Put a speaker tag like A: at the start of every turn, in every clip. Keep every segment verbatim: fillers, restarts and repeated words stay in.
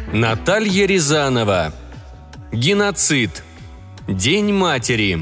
A: Наталья Рязанова. Геноцид. День матери.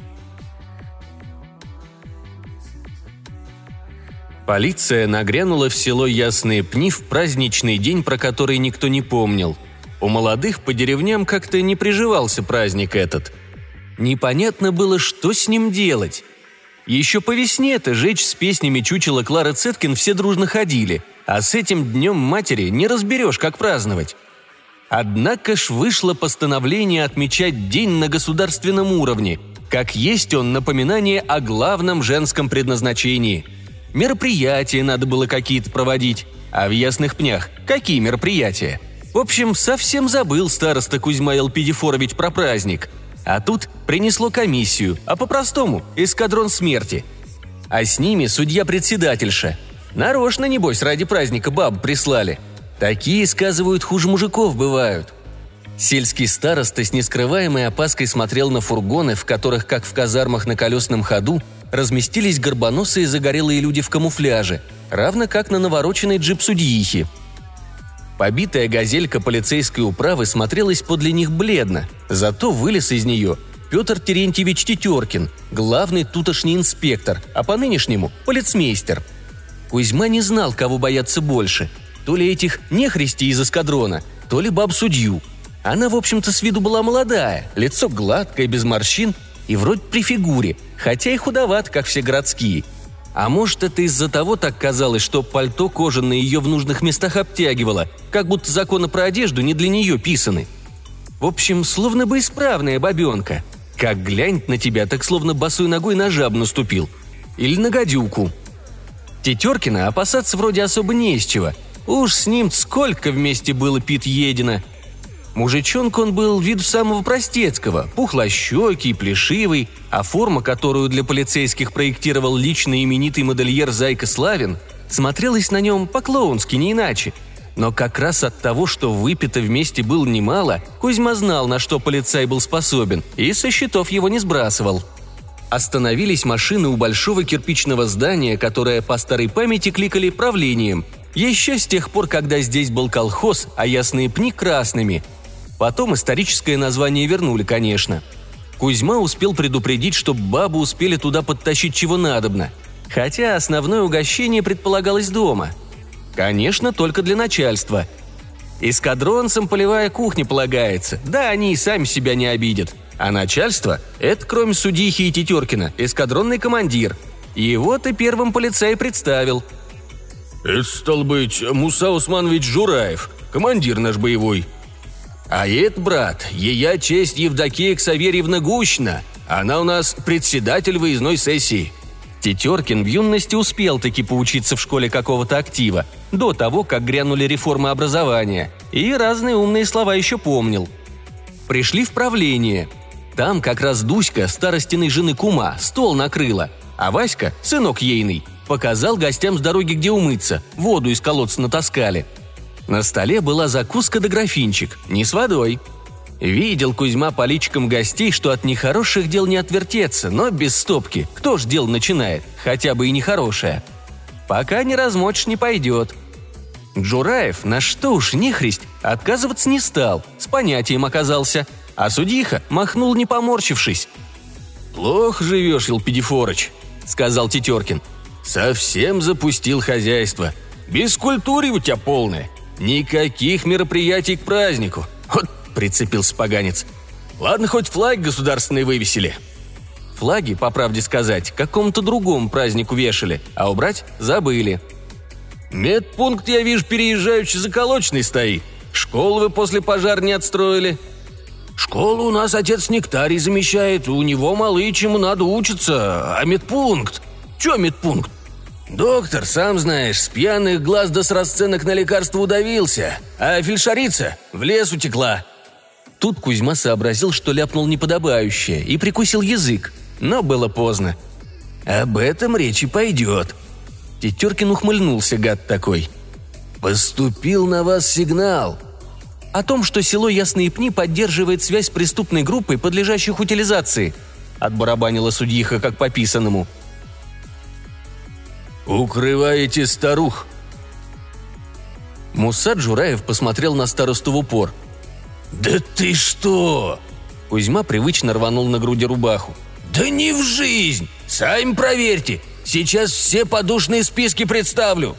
A: Полиция нагрянула в село Ясные Пни в праздничный день, про который никто не помнил. У молодых по деревням как-то не приживался праздник этот. Непонятно было, что с ним делать. Еще по весне-то жечь с песнями чучела Клары Цеткин все дружно ходили, а с этим днем матери не разберешь, как праздновать. Однако ж вышло постановление отмечать день на государственном уровне, как есть он напоминание о главном женском предназначении. Мероприятия надо было какие-то проводить, а в Ясных Пнях какие мероприятия? В общем, совсем забыл староста Кузьма Елпидифорович про праздник. А тут принесло комиссию, а по-простому – эскадрон смерти. А с ними судья-председательша. Нарочно, небось, ради праздника бабу прислали. Такие, сказывают, хуже мужиков бывают. Сельский староста с нескрываемой опаской смотрел на фургоны, в которых, как в казармах на колесном ходу, разместились горбоносые загорелые люди в камуфляже, равно как на навороченный джип судьихи. Побитая газелька полицейской управы смотрелась подле них бледно, зато вылез из нее Петр Терентьевич Тетеркин, главный тутошний инспектор, а по-нынешнему – полицмейстер. Кузьма не знал, кого бояться больше – то ли этих нехристи из эскадрона, то ли баб-судью. Она, в общем-то, с виду была молодая, лицо гладкое, без морщин и вроде при фигуре, хотя и худоват, как все городские. А может, это из-за того так казалось, что пальто кожаное ее в нужных местах обтягивало, как будто законы про одежду не для нее писаны. В общем, словно бы исправная бабенка. Как глянет на тебя, так словно босой ногой на жабу наступил. Или на гадюку. Тетеркина опасаться вроде особо не из чего. Уж с ним сколько вместе было пит-едино. Мужичонка он был виду самого простецкого, пухлощекий, плешивый, а форма, которую для полицейских проектировал лично именитый модельер Зайка Славин, смотрелась на нем по-клоунски, не иначе. Но как раз от того, что выпито вместе было немало, Кузьма знал, на что полицай был способен, и со счетов его не сбрасывал. Остановились машины у большого кирпичного здания, которое по старой памяти кликали правлением. Еще с тех пор, когда здесь был колхоз, а Ясные Пни красными. Потом историческое название вернули, конечно. Кузьма успел предупредить, чтоб бабу успели туда подтащить чего надобно. Хотя основное угощение предполагалось дома. Конечно, только для начальства. Эскадронцам полевая кухня полагается, да они и сами себя не обидят. А начальство – это, кроме судьихи и Тетеркина, эскадронный командир. И вот и первым полицай представил.
B: «Это, стал быть, Муса Усманович Жураев, командир наш боевой».
A: «А это, брат, ея честь Евдокия Ксаверьевна Гущина. Она у нас председатель выездной сессии». Тетеркин в юности успел таки поучиться в школе какого-то актива, до того, как грянули реформы образования, и разные умные слова еще помнил. Пришли в правление. Там как раз Дуська, старостиной жены кума, стол накрыла, а Васька, сынок ейный, показал гостям с дороги, где умыться, воду из колодца натаскали. На столе была закуска да графинчик, не с водой. Видел Кузьма по личикам гостей, что от нехороших дел не отвертеться, но без стопки. Кто ж дело начинает, хотя бы и нехорошее? Пока не размочишь, не пойдет. Джураев, на что уж нехристь, отказываться не стал, с понятием оказался, а судьиха махнул, не поморщившись.
B: «Плохо живешь, Елпидифорыч», — сказал Тетеркин. «Совсем запустил хозяйство. Бескультурье у тебя полное. Никаких мероприятий к празднику. Вот прицепился поганец. Ладно, хоть флаг государственный вывесили».
A: Флаги, по правде сказать, к какому-то другому празднику вешали, а убрать забыли.
B: «Медпункт, я вижу, переезжающий заколочный стоит. Школу вы после пожара не отстроили».
C: «Школу у нас отец Нектарий замещает, у него малые чему надо учиться, а медпункт? Чё медпункт?» «Доктор, сам знаешь, с пьяных глаз да с расценок на лекарство удавился, а фельдшерица в лес утекла».
A: Тут Кузьма сообразил, что ляпнул неподобающее, и прикусил язык, но было поздно.
C: «Об этом речь и пойдет».
A: Тетеркин ухмыльнулся, гад такой.
C: «Поступил на вас сигнал».
A: «О том, что село Ясные Пни поддерживает связь с преступной группой, подлежащих утилизации», – отбарабанила судьиха как по писанному.
B: «Укрываете старух».
A: Муса Джураев посмотрел на старосту в упор. «Да ты что?» Кузьма привычно рванул на груди рубаху. «Да не в жизнь! Сами проверьте! Сейчас все подушные списки представлю!»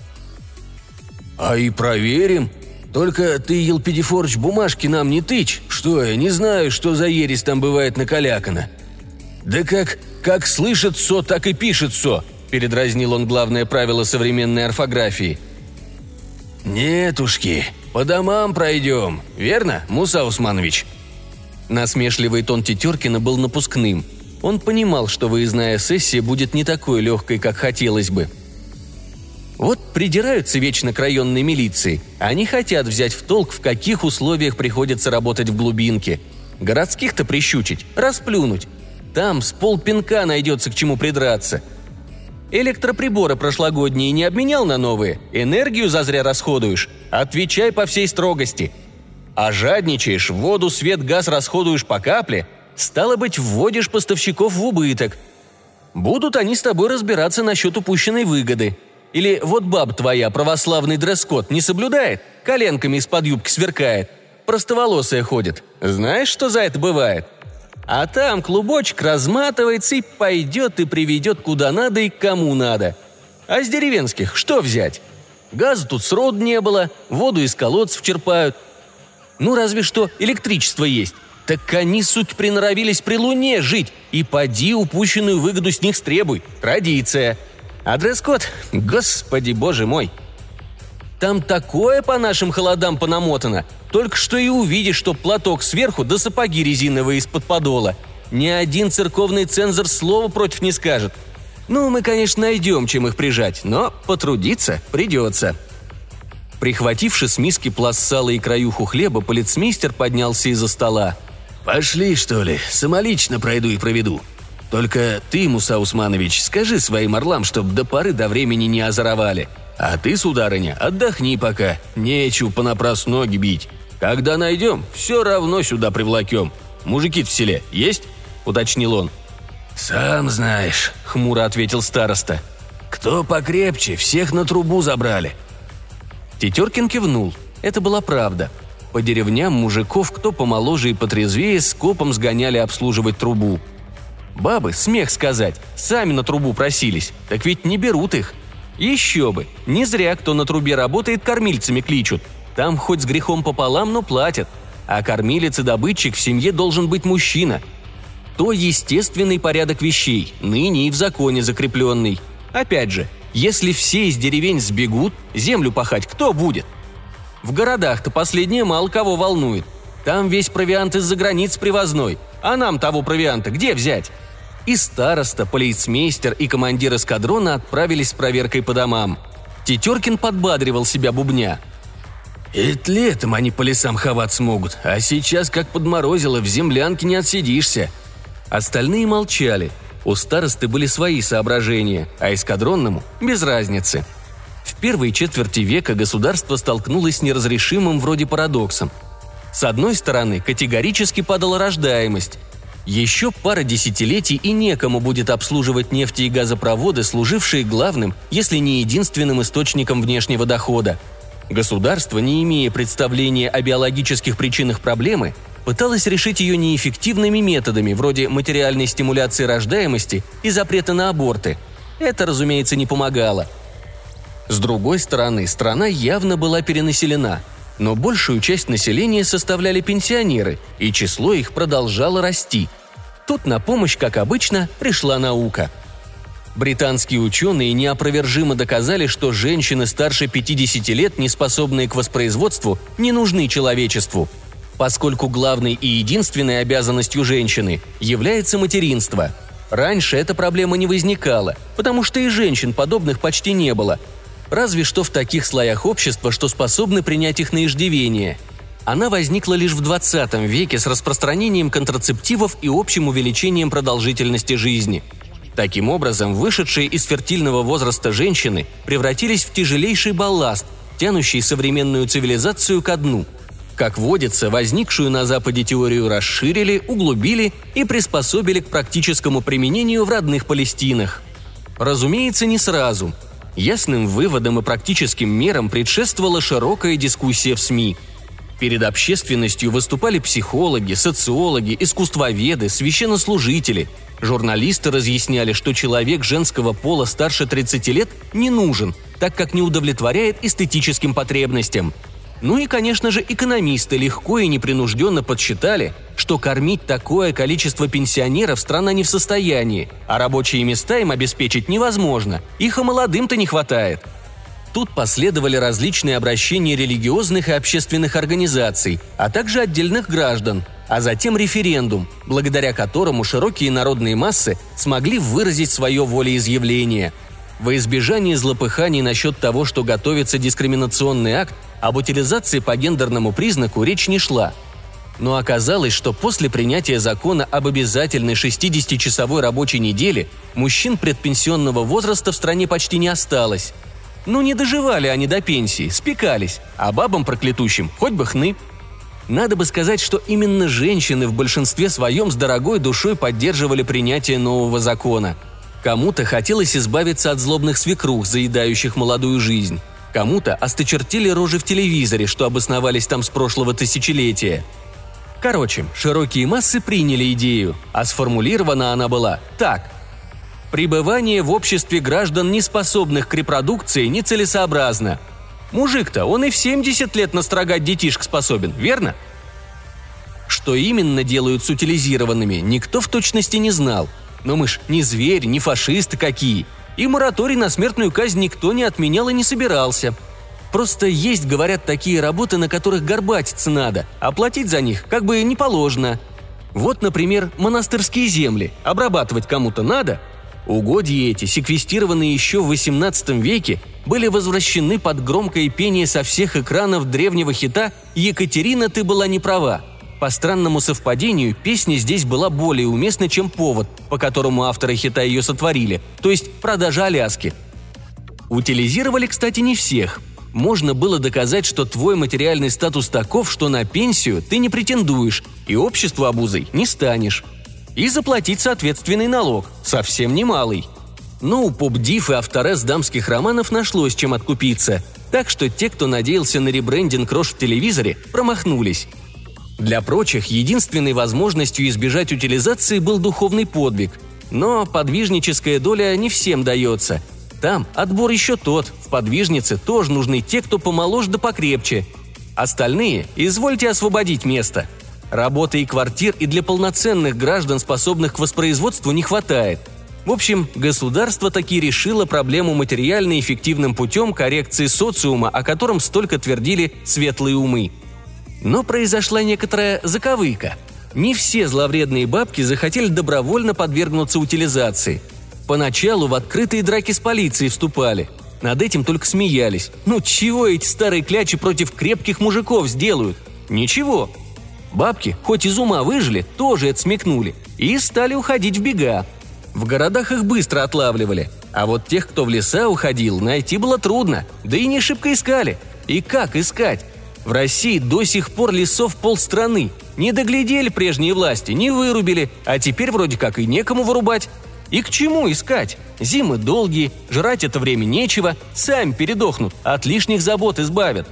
A: «А и проверим. Только ты, Елпидифорыч, бумажки нам не тычь. Что я, не знаю, что за ересь там бывает накалякана». «Да как, как слышит со, так и пишет со», – передразнил он главное правило современной орфографии. «Нетушки, по домам пройдем, верно, Муса Усманович?» Насмешливый тон Тетеркина был напускным. Он понимал, что выездная сессия будет не такой легкой, как хотелось бы. Вот придираются вечно к районной милиции. Они хотят взять в толк, в каких условиях приходится работать в глубинке. Городских-то прищучить, расплюнуть. Там с полпинка найдется к чему придраться. Электроприборы прошлогодние не обменял на новые? Энергию зазря расходуешь? Отвечай по всей строгости. А жадничаешь, воду, свет, газ расходуешь по капле? Стало быть, вводишь поставщиков в убыток. Будут они с тобой разбираться насчет упущенной выгоды. Или вот баба твоя православный дресс-код не соблюдает, коленками из-под юбки сверкает, простоволосая ходит. Знаешь, что за это бывает? А там клубочек разматывается и пойдет и приведет куда надо и кому надо. А с деревенских что взять? Газа тут сроду не было, воду из колодцев черпают. Ну, разве что электричество есть. Так они, суть, приноровились при луне жить, и поди упущенную выгоду с них стребуй. Традиция. А дресс-код? Господи боже мой. Там такое по нашим холодам понамотано. Только что и увидишь, что платок сверху да сапоги резиновые из-под подола. Ни один церковный цензор слова против не скажет. Ну, мы, конечно, найдем, чем их прижать, но потрудиться придется». Прихвативши с миски пласт сала и краюху хлеба, полицмейстер поднялся из-за стола. «Пошли, что ли, самолично пройду и проведу. Только ты, Муса Усманович, скажи своим орлам, чтоб до поры до времени не озоровали. А ты, сударыня, отдохни пока, нечего понапрасну ноги бить. Когда найдем, все равно сюда привлакем. Мужики-то в селе есть?» – уточнил он. «Сам знаешь», – хмуро ответил староста. «Кто покрепче, всех на трубу забрали». Тетеркин кивнул. Это была правда. По деревням мужиков, кто помоложе и потрезвее, скопом сгоняли обслуживать трубу. Бабы, смех сказать, сами на трубу просились, так ведь не берут их. Еще бы, не зря кто на трубе работает, кормильцами кличут. Там хоть с грехом пополам, но платят. А кормилец и добытчик в семье должен быть мужчина. То естественный порядок вещей, ныне и в законе закрепленный. Опять же, если все из деревень сбегут, землю пахать кто будет? В городах-то последнее мало кого волнует. Там весь провиант из-за границ привозной, а нам того провианта где взять? И староста, полицмейстер и командир эскадрона отправились с проверкой по домам. Тетеркин подбадривал себя бубня. «Это летом они по лесам хавать смогут, а сейчас как подморозило, в землянке не отсидишься». Остальные молчали. У старосты были свои соображения, а эскадронному – без разницы. В первой четверти века государство столкнулось с неразрешимым вроде парадоксом. С одной стороны, категорически падала рождаемость. Еще пара десятилетий и некому будет обслуживать нефти- и газопроводы, служившие главным, если не единственным источником внешнего дохода. Государство, не имея представления о биологических причинах проблемы, пыталось решить ее неэффективными методами, вроде материальной стимуляции рождаемости и запрета на аборты. Это, разумеется, не помогало. С другой стороны, страна явно была перенаселена, но большую часть населения составляли пенсионеры, и число их продолжало расти. Тут на помощь, как обычно, пришла наука. Британские ученые неопровержимо доказали, что женщины старше пятидесяти лет, не способные к воспроизводству, не нужны человечеству, поскольку главной и единственной обязанностью женщины является материнство. Раньше эта проблема не возникала, потому что и женщин подобных почти не было. Разве что в таких слоях общества, что способны принять их на иждивение. Она возникла лишь в двадцатом веке с распространением контрацептивов и общим увеличением продолжительности жизни. Таким образом, вышедшие из фертильного возраста женщины превратились в тяжелейший балласт, тянущий современную цивилизацию ко дну. Как водится, возникшую на Западе теорию расширили, углубили и приспособили к практическому применению в родных Палестинах. Разумеется, не сразу. Ясным выводам и практическим мерам предшествовала широкая дискуссия в СМИ. Перед общественностью выступали психологи, социологи, искусствоведы, священнослужители. Журналисты разъясняли, что человек женского пола старше тридцати лет не нужен, так как не удовлетворяет эстетическим потребностям. Ну и, конечно же, экономисты легко и непринужденно подсчитали, что кормить такое количество пенсионеров страна не в состоянии, а рабочие места им обеспечить невозможно, их и молодым-то не хватает. Тут последовали различные обращения религиозных и общественных организаций, а также отдельных граждан, а затем референдум, благодаря которому широкие народные массы смогли выразить свое волеизъявление. Во избежание злопыханий насчет того, что готовится дискриминационный акт, об утилизации по гендерному признаку речь не шла. Но оказалось, что после принятия закона об обязательной шестидесятичасовой рабочей неделе мужчин предпенсионного возраста в стране почти не осталось. Ну не доживали они до пенсии, спекались, а бабам проклятущим хоть бы хны. Надо бы сказать, что именно женщины в большинстве своем с дорогой душой поддерживали принятие нового закона. Кому-то хотелось избавиться от злобных свекрух, заедающих молодую жизнь. Кому-то осточертели рожи в телевизоре, что обосновались там с прошлого тысячелетия. Короче, широкие массы приняли идею, а сформулирована она была так. Пребывание в обществе граждан, не способных к репродукции, нецелесообразно. Мужик-то, он и в семьдесят лет настрогать детишек способен, верно? Что именно делают с утилизированными, никто в точности не знал. Но мы ж не звери, не фашисты какие. И мораторий на смертную казнь никто не отменял и не собирался. Просто есть, говорят, такие работы, на которых горбатиться надо, а платить за них как бы не положено. Вот, например, монастырские земли. Обрабатывать кому-то надо. Угодья эти, секвестированные еще в восемнадцатом веке, были возвращены под громкое пение со всех экранов древнего хита «Екатерина, ты была не права». По странному совпадению, песня здесь была более уместна, чем повод, по которому авторы хита ее сотворили, то есть продажа Аляски. Утилизировали, кстати, не всех. Можно было доказать, что твой материальный статус таков, что на пенсию ты не претендуешь и обществу обузой не станешь. И заплатить соответственный налог, совсем немалый. Но у поп-див и авторесс дамских романов нашлось чем откупиться, так что те, кто надеялся на ребрендинг рож в телевизоре, промахнулись. Для прочих единственной возможностью избежать утилизации был духовный подвиг. Но подвижническая доля не всем дается. Там отбор еще тот, в подвижнице тоже нужны те, кто помоложе да покрепче. Остальные извольте освободить место. Работы и квартир и для полноценных граждан, способных к воспроизводству, не хватает. В общем, государство таки решило проблему материально эффективным путем коррекции социума, о котором столько твердили светлые умы. Но произошла некоторая заковыка. Не все зловредные бабки захотели добровольно подвергнуться утилизации. Поначалу в открытые драки с полицией вступали. Над этим только смеялись. Ну чего эти старые клячи против крепких мужиков сделают? Ничего. Бабки, хоть из ума выжили, тоже это смекнули. И стали уходить в бега. В городах их быстро отлавливали. А вот тех, кто в леса уходил, найти было трудно. Да и не шибко искали. И как искать? В России до сих пор лесов полстраны. Не доглядели прежние власти, не вырубили, а теперь вроде как и некому вырубать. И к чему искать? Зимы долгие, жрать это время нечего, сами передохнут, от лишних забот избавят.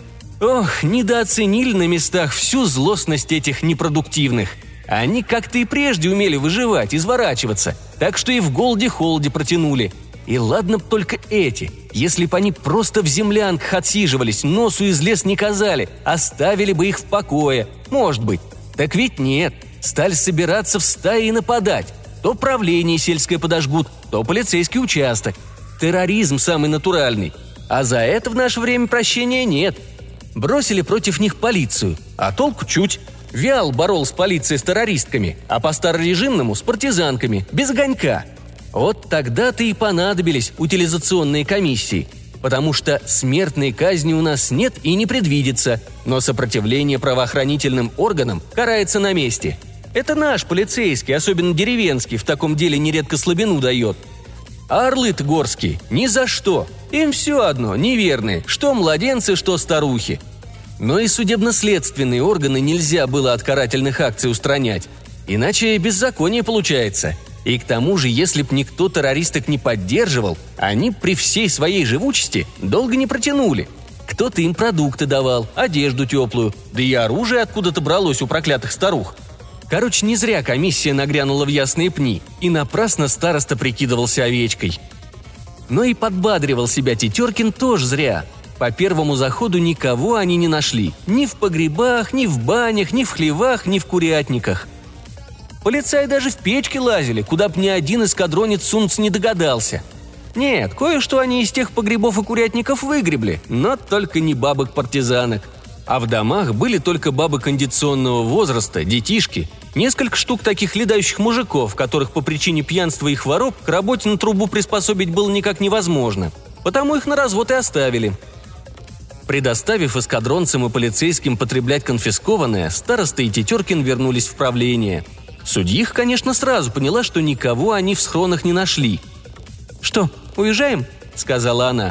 A: Ох, недооценили на местах всю злостность этих непродуктивных. Они как-то и прежде умели выживать, изворачиваться, так что и в голоде-холоде протянули. И ладно б только эти, если б они просто в землянках отсиживались, носу из лес не казали, оставили бы их в покое, может быть. Так ведь нет, стали собираться в стаи и нападать. То правление сельское подожгут, то полицейский участок. Терроризм самый натуральный. А за это в наше время прощения нет. Бросили против них полицию, а толку чуть. Виал борол с полицией с террористками, а по старорежимному с партизанками, без огонька. Вот тогда-то и понадобились утилизационные комиссии, потому что смертной казни у нас нет и не предвидится, но сопротивление правоохранительным органам карается на месте. Это наш полицейский, особенно деревенский, в таком деле нередко слабину дает. А орлы-то горские ни за что. Им все одно, неверные, что младенцы, что старухи. Но и судебно-следственные органы нельзя было от карательных акций устранять. Иначе беззаконие получается. И к тому же, если б никто террористок не поддерживал, они б при всей своей живучести долго не протянули. Кто-то им продукты давал, одежду теплую, да и оружие откуда-то бралось у проклятых старух. Короче, не зря комиссия нагрянула в ясные пни, и напрасно староста прикидывался овечкой. Но и подбадривал себя Тетеркин тоже зря. По первому заходу никого они не нашли. Ни в погребах, ни в банях, ни в хлевах, ни в курятниках. Полицаи даже в печке лазили, куда б ни один эскадронец сунуться не догадался. Нет, кое-что они из тех погребов и курятников выгребли, но только не бабок-партизанок. А в домах были только бабы кондиционного возраста, детишки, несколько штук таких ледающих мужиков, которых по причине пьянства и хвороб к работе на трубу приспособить было никак невозможно. Потому их на развод и оставили. Предоставив эскадронцам и полицейским потреблять конфискованное, староста и Тетеркин вернулись в правление. Судьих, конечно, сразу поняла, что никого они в схронах не нашли. «Что, уезжаем?» – сказала она.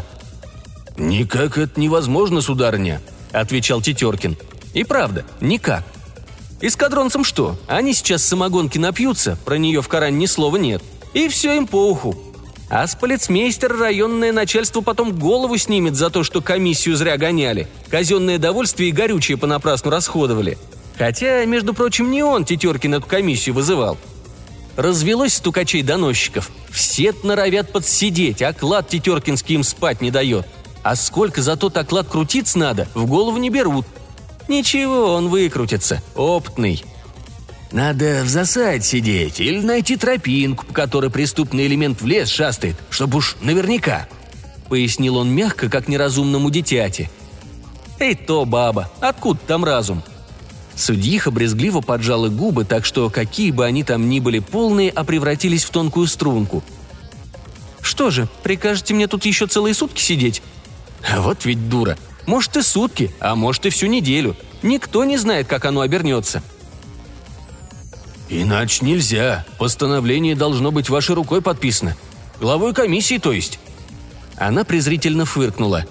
C: «Никак это невозможно, сударыня», – отвечал Тетеркин.
A: И правда, никак. Эскадронцам что, они сейчас самогонки напьются, про нее в Коране ни слова нет, и все им по уху. А с полицмейстера районное начальство потом голову снимет за то, что комиссию зря гоняли, казенное довольствие и горючее понапрасну расходовали. Хотя, между прочим, не он Тетеркин эту комиссию вызывал. Развелось стукачей-доносчиков. Все норовят подсидеть, а оклад Тетеркинский им спать не дает. А сколько за тот оклад крутиться надо, в голову не берут. Ничего, он выкрутится, опытный.
C: «Надо в засаде сидеть или найти тропинку, по которой преступный элемент в лес шастает, чтобы уж наверняка», — пояснил он мягко, как неразумному дитяти.
A: «Эй, то, баба, откуда там разум?» Судьиха брезгливо поджала губы, так что какие бы они там ни были полные, а превратились в тонкую струнку. «Что же, прикажете мне тут еще целые сутки сидеть?» «Вот ведь дура. Может и сутки, а может и всю неделю. Никто не знает, как оно обернется».
C: «Иначе нельзя. Постановление должно быть вашей рукой подписано. Главой комиссии, то есть».
A: Она презрительно фыркнула.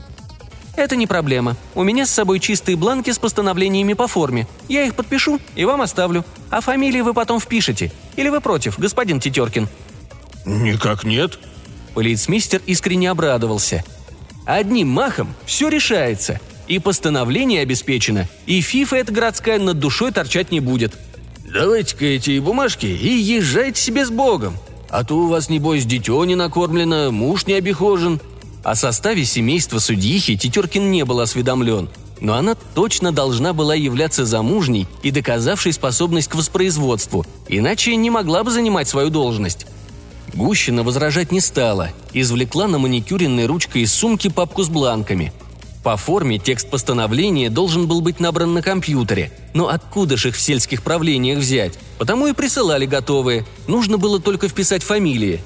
A: «Это не проблема. У меня с собой чистые бланки с постановлениями по форме. Я их подпишу и вам оставлю. А фамилии вы потом впишете. Или вы против, господин Тетеркин?»
C: «Никак нет».
A: Полицмейстер искренне обрадовался. «Одним махом все решается. И постановление обеспечено, и фифа эта городская над душой торчать не будет.
C: Давайте-ка эти бумажки и езжайте себе с Богом. А то у вас, небось, дитё не накормлено, муж не обихожен».
A: О составе семейства судьихи Тетеркин не был осведомлен, но она точно должна была являться замужней и доказавшей способность к воспроизводству, иначе не могла бы занимать свою должность. Гущина возражать не стала, извлекла на маникюренной ручкой из сумки папку с бланками. По форме текст постановления должен был быть набран на компьютере, но откуда ж их в сельских правлениях взять? Потому и присылали готовые, нужно было только вписать фамилии.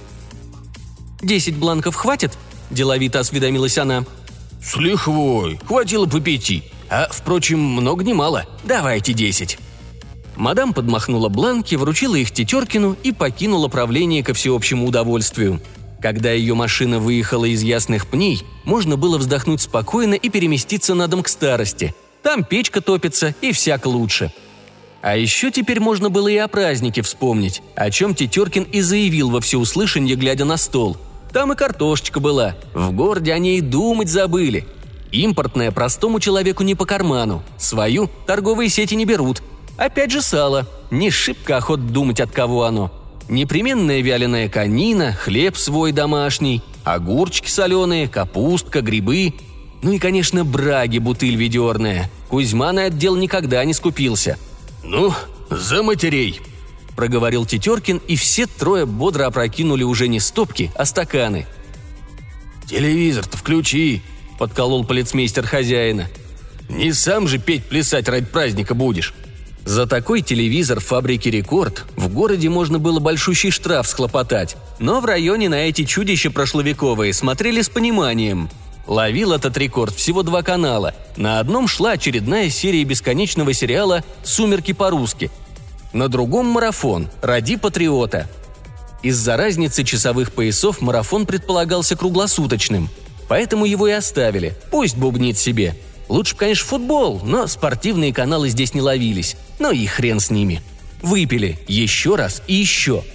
A: «Десять бланков хватит?» – деловито осведомилась она.
C: «С лихвой. Хватило по пяти. А, впрочем, много не мало. Давайте десять».
A: Мадам подмахнула бланки, вручила их Тетеркину и покинула правление ко всеобщему удовольствию. Когда ее машина выехала из Ясных Пней, можно было вздохнуть спокойно и переместиться на дом к старости. Там печка топится и всяко лучше. А еще теперь можно было и о празднике вспомнить, о чем Тетеркин и заявил во всеуслышанье, глядя на стол. Там и картошечка была. В городе о ней думать забыли. Импортная простому человеку не по карману. Свою торговые сети не берут. Опять же сало. Не шибко охот думать, от кого оно. Непременная вяленая конина, хлеб свой домашний, огурчики соленые, капустка, грибы. Ну и, конечно, браги бутыль ведерная. Кузьма на это дело никогда не скупился.
C: «Ну, за матерей!»
A: – проговорил Тетеркин, и все трое бодро опрокинули уже не стопки, а стаканы.
C: «Телевизор-то включи!» – подколол полицмейстер хозяина.
A: «Не сам же петь-плясать ради праздника будешь!» За такой телевизор в фабрике «Рекорд» в городе можно было большущий штраф схлопотать, но в районе на эти чудища прошловековые смотрели с пониманием. Ловил этот «Рекорд» всего два канала. На одном шла очередная серия бесконечного сериала «Сумерки по-русски», на другом марафон «Ради патриота». Из-за разницы часовых поясов марафон предполагался круглосуточным, поэтому его и оставили, пусть бубнит себе. Лучше, конечно, футбол, но спортивные каналы здесь не ловились. Ну и хрен с ними. Выпили еще раз и еще.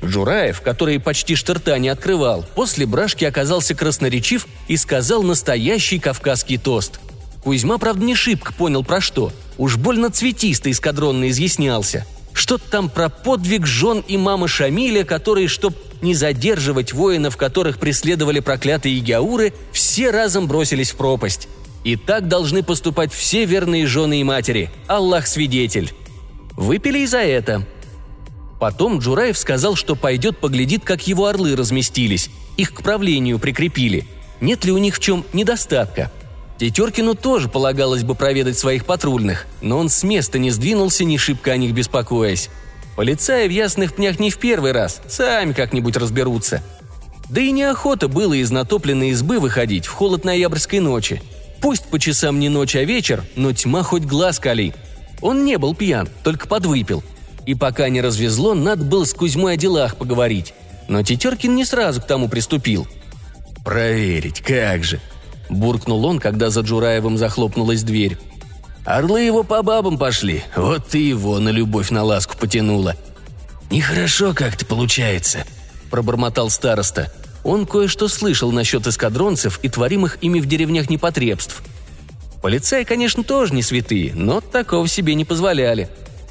A: Джураев, который почти что рта не открывал, после брашки оказался красноречив и сказал настоящий кавказский тост. Кузьма, правда, не шибко понял про что. Уж больно цветисто эскадронно изъяснялся. Что-то там про подвиг жен и мамы Шамиля, которые, чтоб не задерживать воинов, которых преследовали проклятые ягяуры, все разом бросились в пропасть. И так должны поступать все верные жены и матери. Аллах свидетель. Выпили и за это. Потом Джураев сказал, что пойдет поглядит, как его орлы разместились. Их к правлению прикрепили. Нет ли у них в чем недостатка? Тетеркину тоже полагалось бы проведать своих патрульных, но он с места не сдвинулся, ни шибко о них беспокоясь. Полицаи в Ясных Пнях не в первый раз, сами как-нибудь разберутся. Да и неохота было из натопленной избы выходить в холод ноябрьской ночи. Пусть по часам не ночь, а вечер, но тьма хоть глаз кали. Он не был пьян, только подвыпил. И пока не развезло, надо было с Кузьмой о делах поговорить. Но Тетеркин не сразу к тому приступил.
B: «Проверить, как же!» – буркнул он, когда за Джураевым захлопнулась дверь.
C: «Орлы его по бабам пошли, вот ты его на любовь на ласку потянула». «Нехорошо как-то получается», – пробормотал староста. Он кое-что слышал насчет эскадронцев и творимых ими в деревнях непотребств. Полицаи, конечно, тоже не святые, но такого себе не позволяли.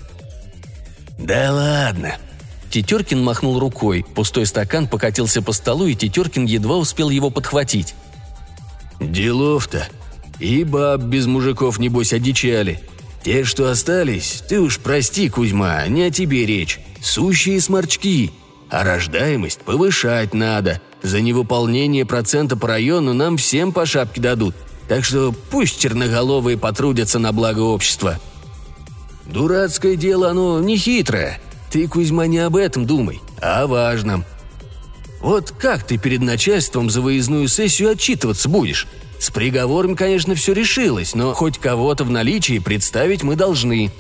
B: «Да ладно!»
A: Тетеркин махнул рукой, пустой стакан покатился по столу, и Тетеркин едва успел его подхватить.
B: «Делов-то! И баб без мужиков, небось, одичали. Те, что остались, ты уж прости, Кузьма, не о тебе речь. Сущие сморчки. А рождаемость повышать надо. За невыполнение процента по району нам всем по шапке дадут. Так что пусть черноголовые потрудятся на благо общества». «Дурацкое дело, оно нехитрое. Ты, Кузьма, не об этом думай, а о важном. Вот как ты перед начальством за выездную сессию отчитываться будешь? С приговором, конечно, все решилось, но хоть кого-то в наличии представить мы должны».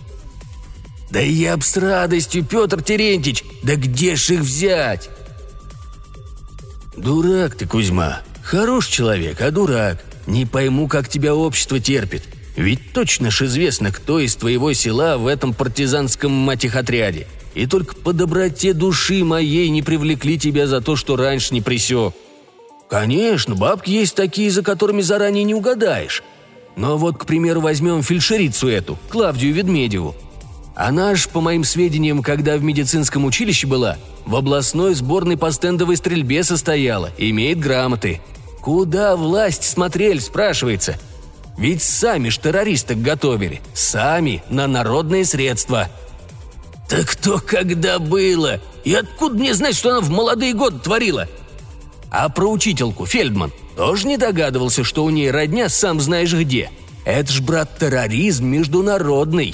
B: «Да я б с радостью, Петр Терентьич, да где ж их взять?» «Дурак ты, Кузьма. Хорош человек, а дурак. Не пойму, как тебя общество терпит. Ведь точно ж известно, кто из твоего села в этом партизанском матихотряде. И только по доброте души моей не привлекли тебя за то, что раньше не присек. Конечно, бабки есть такие, за которыми заранее не угадаешь. Но вот, к примеру, возьмем фельдшерицу эту, Клавдию Ведмедеву. Она ж, по моим сведениям, когда в медицинском училище была, в областной сборной по стендовой стрельбе состояла, имеет грамоты. Куда власть смотрели, спрашивается? Ведь сами ж террористок готовили, сами, на народные средства». «Так то когда было? И откуда мне знать, что она в молодые годы творила?» А про учительку Фельдман тоже не догадывался, что у ней родня сам знаешь где. Это ж, брат, терроризм международный.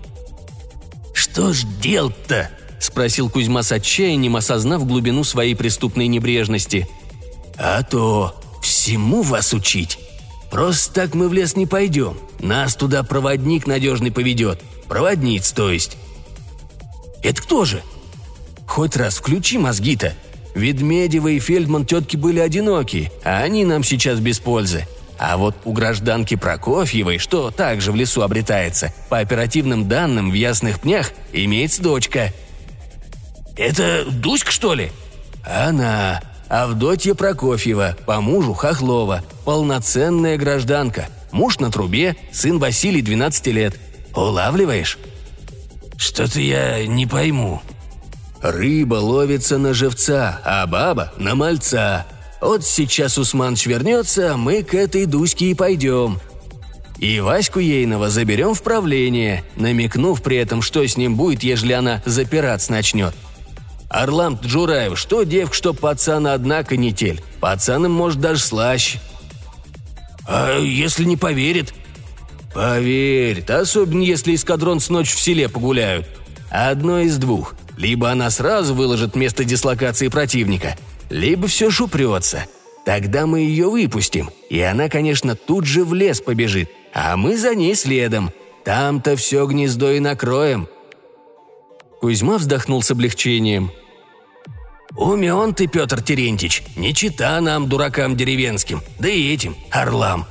B: «Что ж делать-то?» – спросил Кузьма с отчаянием, осознав глубину своей преступной небрежности. «А то всему вас учить. Просто так мы в лес не пойдем. Нас туда проводник надежный поведет. Проводница, то есть». «Это кто же?» «Хоть раз включи мозги-то. Ведмедева и Фельдман тетки были одиноки, а они нам сейчас без пользы. А вот у гражданки Прокофьевой, что также в лесу обретается, по оперативным данным в Ясных Пнях имеется дочка». «Это Дуська, что ли?» «Она. Авдотья Прокофьева, по мужу Хохлова. Полноценная гражданка. Муж на трубе, сын Василий, двенадцать лет. Улавливаешь?» «Что-то я не пойму». «Рыба ловится на живца, а баба – на мальца. Вот сейчас Усманыч вернется, мы к этой Дуське и пойдем. И Ваську Ейного заберем в правление, намекнув при этом, что с ним будет, ежели она запираться начнет. Орлам Джураев, что девка, что пацана, однако не тель. Пацан им может даже слаще». «А если не поверит?» «Поверит, особенно если эскадрон с ночи в селе погуляют. Одно из двух. Либо она сразу выложит место дислокации противника, либо все ж упрется. Тогда мы ее выпустим, и она, конечно, тут же в лес побежит, а мы за ней следом. Там-то все гнездо и накроем». Кузьма вздохнул с облегчением. «Умен ты, Петр Терентьич, не чита нам, дуракам деревенским, да и этим, орлам».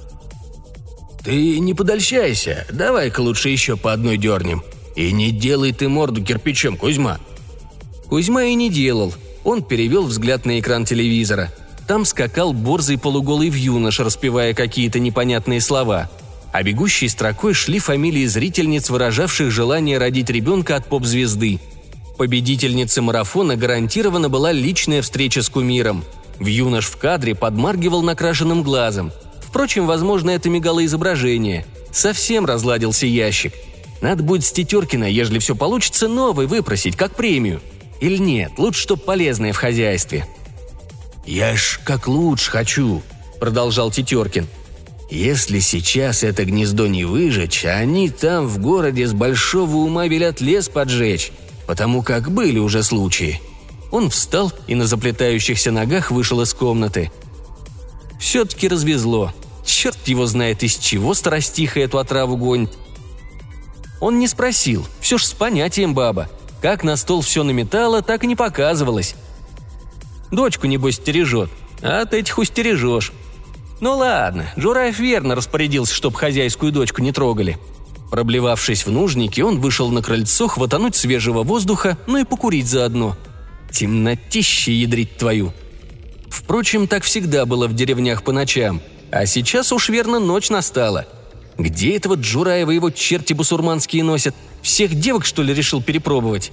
B: «Ты не подольщайся, давай-ка лучше еще по одной дернем. И не делай ты морду кирпичом, Кузьма».
A: Кузьма и не делал. Он перевел взгляд на экран телевизора. Там скакал борзый полуголый вьюнош, распевая какие-то непонятные слова. А бегущей строкой шли фамилии зрительниц, выражавших желание родить ребенка от поп-звезды. Победительнице марафона гарантирована была личная встреча с кумиром. Вьюнош в кадре подмаргивал накрашенным глазом. Впрочем, возможно, это мигало изображение. Совсем разладился ящик. Надо будет с Тетеркина, ежели все получится, новый выпросить, как премию. Или нет, лучше, чтоб полезное в хозяйстве. «Я ж как лучше хочу», — продолжал Тетеркин. «Если сейчас это гнездо не выжечь, они там в городе с большого ума велят лес поджечь, потому как были уже случаи». Он встал и на заплетающихся ногах вышел из комнаты. Все-таки развезло. Черт его знает, из чего старостиха эту отраву гонит. Он не спросил, все ж с понятием баба. Как на стол все наметала, так и не показывалось. Дочку, небось, стережет, а от этих устережешь. Ну ладно, Жураев верно распорядился, чтоб хозяйскую дочку не трогали. Проблевавшись в нужнике, он вышел на крыльцо хватануть свежего воздуха, ну и покурить заодно. Темнотища ядрить твою. Впрочем, так всегда было в деревнях по ночам, а сейчас уж верно ночь настала. Где этого Джураева его черти бусурманские носят? Всех девок, что ли, решил перепробовать?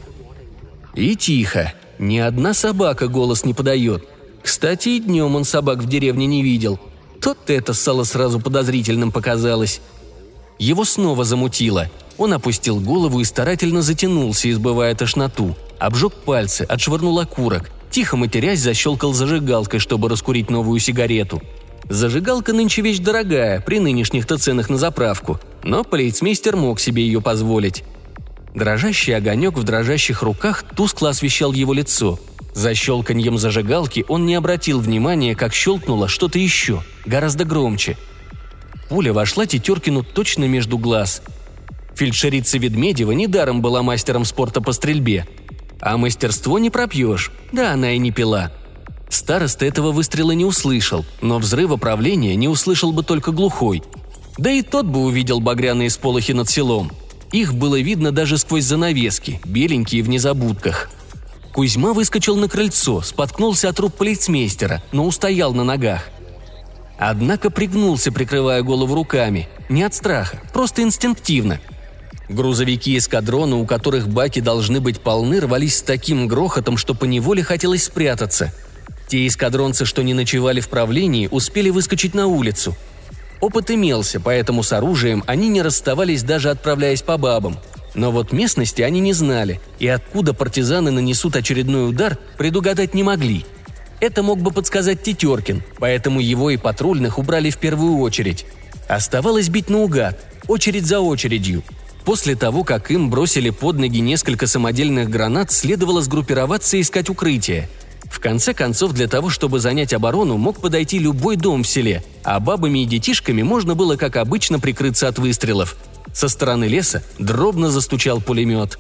A: И тихо. Ни одна собака голос не подает. Кстати, и днем он собак в деревне не видел. Тот-то это сало сразу подозрительным показалось. Его снова замутило. Он опустил голову и старательно затянулся, избывая тошноту. Обжег пальцы, отшвырнул окурок. Тихо матерясь, защелкал зажигалкой, чтобы раскурить новую сигарету. Зажигалка нынче вещь дорогая, при нынешних-то ценах на заправку, но полицмейстер мог себе ее позволить. Дрожащий огонек в дрожащих руках тускло освещал его лицо. За щелканьем зажигалки он не обратил внимания, как щелкнуло что-то еще, гораздо громче. Пуля вошла Тетеркину точно между глаз. Фельдшерица Ведмедева недаром была мастером спорта по стрельбе. А мастерство не пропьешь, да она и не пила. Староста этого выстрела не услышал, но взрыва правления не услышал бы только глухой. Да и тот бы увидел багряные сполохи над селом. Их было видно даже сквозь занавески, беленькие в незабудках. Кузьма выскочил на крыльцо, споткнулся от труп полицмейстера, но устоял на ногах. Однако пригнулся, прикрывая голову руками. Не от страха, просто инстинктивно. Грузовики эскадрона, у которых баки должны быть полны, рвались с таким грохотом, что поневоле хотелось спрятаться. Те эскадронцы, что не ночевали в правлении, успели выскочить на улицу. Опыт имелся, поэтому с оружием они не расставались, даже отправляясь по бабам. Но вот местности они не знали, и откуда партизаны нанесут очередной удар, предугадать не могли. Это мог бы подсказать Тетеркин, поэтому его и патрульных убрали в первую очередь. Оставалось бить наугад, очередь за очередью. После того, как им бросили под ноги несколько самодельных гранат, следовало сгруппироваться и искать укрытие. В конце концов, для того, чтобы занять оборону, мог подойти любой дом в селе, а бабами и детишками можно было, как обычно, прикрыться от выстрелов. Со стороны леса дробно застучал пулемет.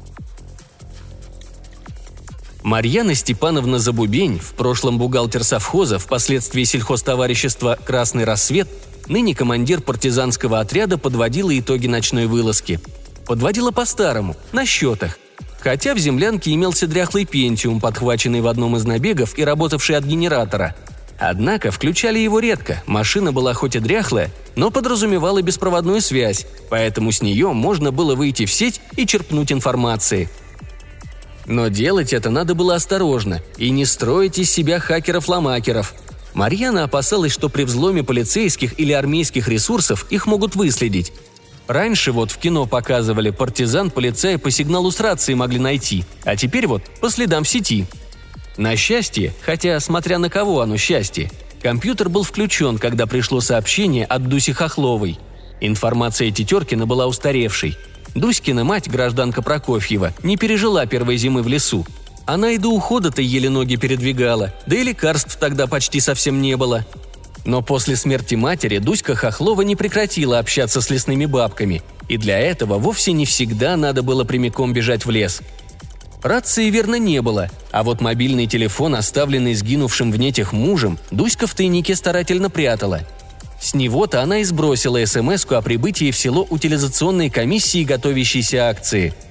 A: Марьяна Степановна Забубень, в прошлом бухгалтер совхоза, впоследствии сельхозтоварищества «Красный рассвет», ныне командир партизанского отряда, подводила итоги ночной вылазки. Подводила по-старому, на счетах. Хотя в землянке имелся дряхлый пентиум, подхваченный в одном из набегов и работавший от генератора. Однако включали его редко, машина была хоть и дряхлая, но подразумевала беспроводную связь, поэтому с нее можно было выйти в сеть и черпнуть информации. Но делать это надо было осторожно и не строить из себя хакеров-ломакеров. Марьяна опасалась, что при взломе полицейских или армейских ресурсов их могут выследить. Раньше вот в кино показывали, партизан полицаи по сигналу с рации могли найти, а теперь вот по следам в сети. На счастье, хотя смотря на кого оно счастье, компьютер был включен, когда пришло сообщение от Дуси Хохловой. Информация Тетеркина была устаревшей. Дуськина мать, гражданка Прокофьева, не пережила первой зимы в лесу. Она и до ухода-то еле ноги передвигала, да и лекарств тогда почти совсем не было. Но после смерти матери Дуська Хохлова не прекратила общаться с лесными бабками, и для этого вовсе не всегда надо было прямиком бежать в лес. Рации, верно, не было, а вот мобильный телефон, оставленный сгинувшим в нетях мужем, Дуська в тайнике старательно прятала. С него-то она и сбросила эс эм эску о прибытии в село утилизационной комиссии готовящейся акции.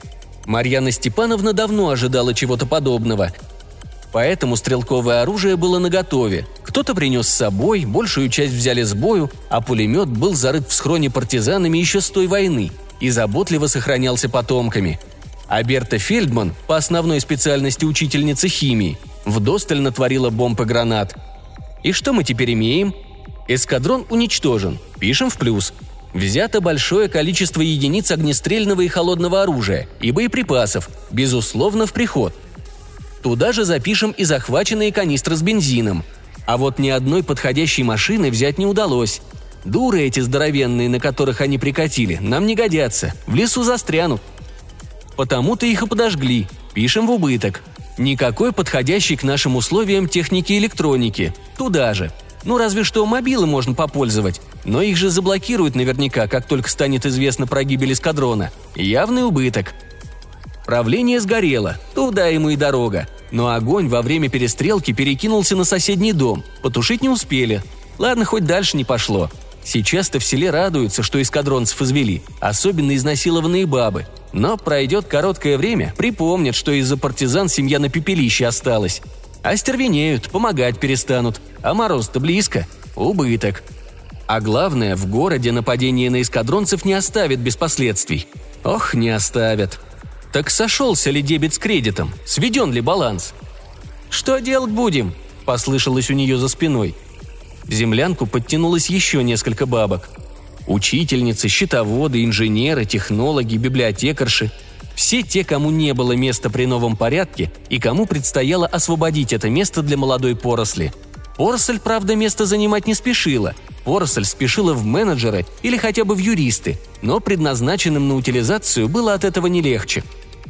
A: Марьяна Степановна давно ожидала чего-то подобного. Поэтому стрелковое оружие было наготове. Кто-то принес с собой, большую часть взяли с бою, а пулемет был зарыт в схроне партизанами еще с той войны и заботливо сохранялся потомками. А Берта Фельдман, по основной специальности учительница химии, вдосталь натворила бомб и гранат. И что мы теперь имеем? Эскадрон уничтожен. Пишем в плюс. Взято большое количество единиц огнестрельного и холодного оружия и боеприпасов, безусловно, в приход. Туда же запишем и захваченные канистры с бензином. А вот ни одной подходящей машины взять не удалось. Дуры эти здоровенные, на которых они прикатили, нам не годятся, в лесу застрянут. Потому-то их и подожгли, пишем в убыток. Никакой подходящей к нашим условиям техники и электроники, туда же. Ну разве что мобилы можно попользовать, но их же заблокируют наверняка, как только станет известно про гибель эскадрона. Явный убыток. Правление сгорело, туда ему и дорога. Но огонь во время перестрелки перекинулся на соседний дом, потушить не успели. Ладно, хоть дальше не пошло. Сейчас-то в селе радуются, что эскадронцев извели, особенно изнасилованные бабы. Но пройдет короткое время, припомнят, что из-за партизан семья на пепелище осталась. Остервенеют, помогать перестанут, а мороз-то близко. Убыток. А главное, в городе нападение на эскадронцев не оставит без последствий. Ох, не оставят. Так сошелся ли дебет с кредитом? Сведен ли баланс? «Что делать будем?» – послышалось у нее за спиной. В землянку подтянулось еще несколько бабок. Учительницы, счетоводы, инженеры, технологи, библиотекарши. Все те, кому не было места при новом порядке и кому предстояло освободить это место для молодой поросли. Поросль, правда, место занимать не спешила. Поросль спешила в менеджеры или хотя бы в юристы, но предназначенным на утилизацию было от этого не легче.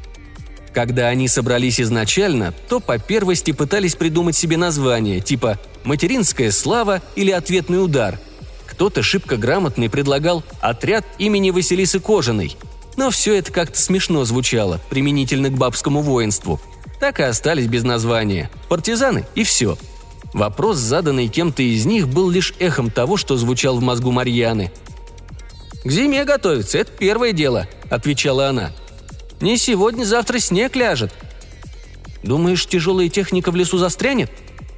A: Когда они собрались изначально, то по первости пытались придумать себе название, типа «Материнская слава» или «Ответный удар». Кто-то шибко грамотный предлагал «Отряд имени Василисы Кожаной». Но все это как-то смешно звучало, применительно к бабскому воинству. Так и остались без названия. Партизаны и все. Вопрос, заданный кем-то из них, был лишь эхом того, что звучал в мозгу Марьяны. «К зиме готовиться – это первое дело», – отвечала она. «Не сегодня, завтра снег ляжет». «Думаешь, тяжелая техника в лесу застрянет?»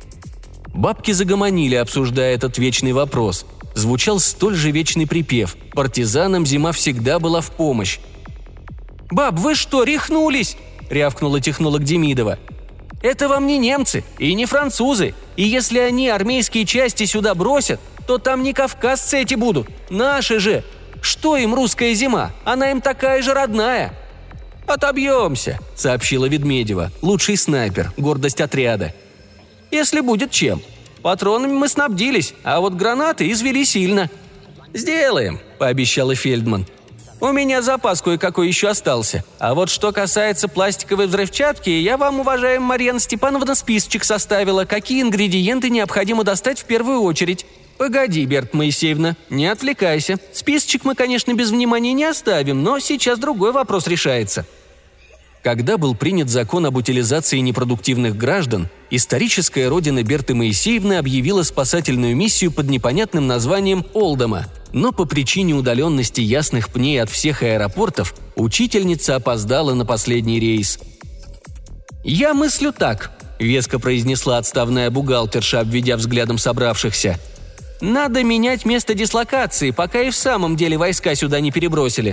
A: Бабки загомонили, обсуждая этот вечный вопрос. Звучал столь же вечный припев. Партизанам зима всегда была в помощь. «Баб, вы что, рехнулись?» – рявкнула технолог Демидова. «Это вам не немцы и не французы, и если они армейские части сюда бросят, то там не кавказцы эти будут, наши же. Что им русская зима? Она им такая же родная». «Отобьемся», – сообщила Ведмедева, лучший снайпер, гордость отряда. «Если будет чем. Патронами мы снабдились, а вот гранаты извели сильно». «Сделаем», – пообещала Фельдман. «У меня запас кое-какой еще остался. А вот что касается пластиковой взрывчатки, я вам, уважаемая Марьяна Степановна, списочек составила, какие ингредиенты необходимо достать в первую очередь. Погоди, Берта Моисеевна, не отвлекайся. Списочек мы, конечно, без внимания не оставим, но сейчас другой вопрос решается». Когда был принят закон об утилизации непродуктивных граждан, историческая родина Берты Моисеевны объявила спасательную миссию под непонятным названием «Олдома». Но по причине удаленности ясных пней от всех аэропортов учительница опоздала на последний рейс. «Я мыслю так», – веско произнесла отставная бухгалтерша, обведя взглядом собравшихся. «Надо менять место дислокации, пока и в самом деле войска сюда не перебросили».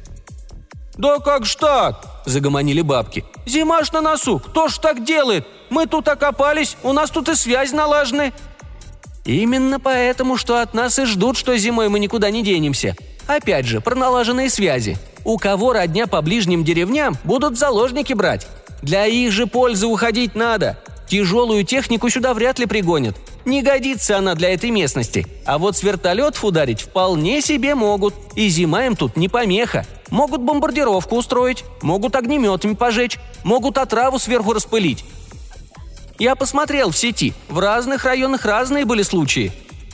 A: «Да как ж так?» – загомонили бабки. «Зима ж на носу, кто ж так делает? Мы тут окопались, у нас тут и связи налажены». «Именно поэтому, что от нас и ждут, что зимой мы никуда не денемся. Опять же, про налаженные связи. У кого родня по ближним деревням, будут заложники брать. Для их же пользы уходить надо. Тяжелую технику сюда вряд ли пригонят. Не годится она для этой местности. А вот с вертолетов ударить вполне себе могут. И зима им тут не помеха. Могут бомбардировку устроить, могут огнеметами пожечь, могут отраву сверху распылить. Я посмотрел в сети, в разных районах разные были случаи».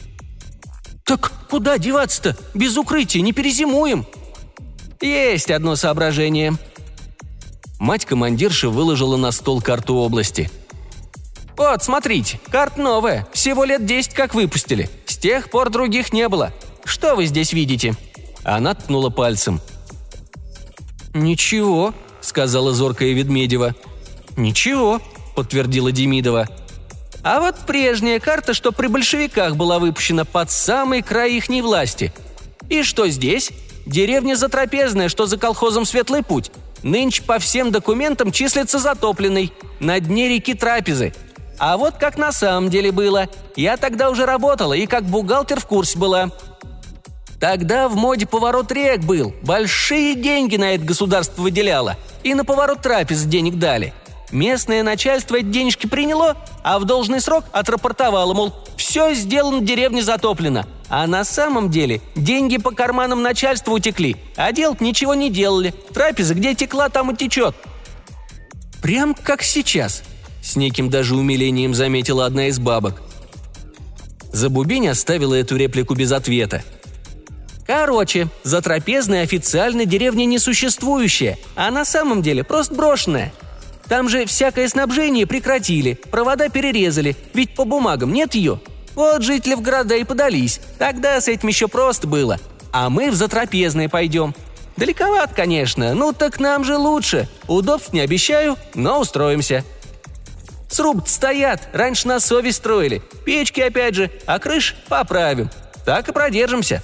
A: «Так куда деваться-то? Без укрытия не перезимуем». «Есть одно соображение». Мать-командирша выложила на стол карту области. «Вот, смотрите, карта новая, всего лет десять как выпустили. С тех пор других не было. Что вы здесь видите?» Она ткнула пальцем. «Ничего», – сказала зоркая Ведмедева. «Ничего», – подтвердила Демидова. «А вот прежняя карта, что при большевиках была выпущена под самый край ихней власти. И что здесь? Деревня Затрапезная, что за колхозом Светлый Путь. Нынче по всем документам числится затопленной, на дне реки Трапезы. А вот как на самом деле было. Я тогда уже работала и как бухгалтер в курсе была. Тогда в моде поворот рек был, большие деньги на это государство выделяло, и на поворот Трапезы денег дали. Местное начальство эти денежки приняло, а в должный срок отрапортовало, мол, все сделано, деревня затоплена. А на самом деле деньги по карманам начальства утекли, а делать ничего не делали. Трапеза где текла, там и течет». «Прям как сейчас», — с неким даже умилением заметила одна из бабок. Забубень оставила эту реплику без ответа. «Короче, Затрапезная официально деревня несуществующая, а на самом деле просто брошенная. Там же всякое снабжение прекратили, провода перерезали, ведь по бумагам нет ее. Вот жители в города и подались, тогда с этим еще просто было. А мы в Затрапезное пойдем. Далековато, конечно, ну так нам же лучше. Удобств не обещаю, но устроимся. Срубы-то стоят, раньше на совесть строили, печки опять же, а крыш поправим. Так и продержимся».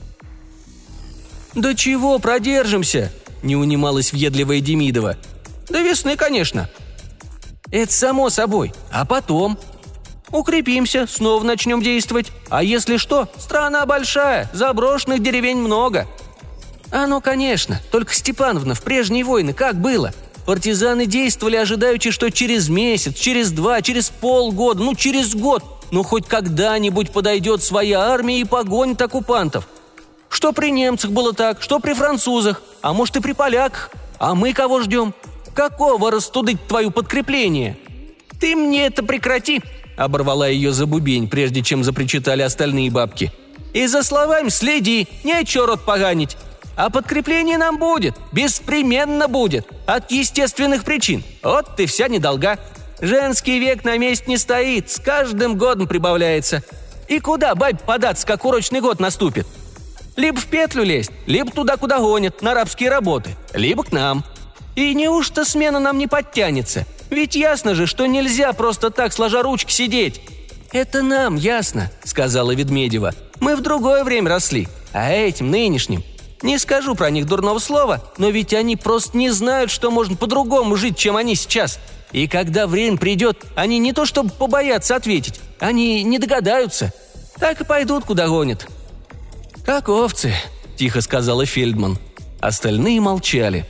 A: «Да чего продержимся?» – не унималась въедливая Демидова. «До весны, конечно». «Это само собой. А потом?» «Укрепимся, снова начнем действовать. А если что, страна большая, заброшенных деревень много». «А ну, конечно. Только, Степановна, в прежние войны как было? Партизаны действовали, ожидаючи, что через месяц, через два, через полгода, ну, через год, ну, хоть когда-нибудь подойдет своя армия и погонит оккупантов. Что при немцах было так, что при французах, а может и при поляках. А мы кого ждем? Какого растудыть твое подкрепление?» «Ты мне это прекрати!» – оборвала ее Забубень, прежде чем запричитали остальные бабки. «И за словами следи, нечего рот поганить. А подкрепление нам будет, беспременно будет, от естественных причин. Вот ты вся недолга. Женский век на месте не стоит, с каждым годом прибавляется. И куда бабе податься, как урочный год наступит? Либо в петлю лезть, либо туда, куда гонят, на рабские работы, либо к нам. И неужто смена нам не подтянется? Ведь ясно же, что нельзя просто так сложа ручки сидеть». «Это нам ясно», — сказала Ведмедева. «Мы в другое время росли, а этим, нынешним. Не скажу про них дурного слова, но ведь они просто не знают, что можно по-другому жить, чем они сейчас. И когда время придет, они не то чтобы побоятся ответить, они не догадаются. Так и пойдут, куда гонят». «Как овцы», – тихо сказала Фельдман. Остальные молчали.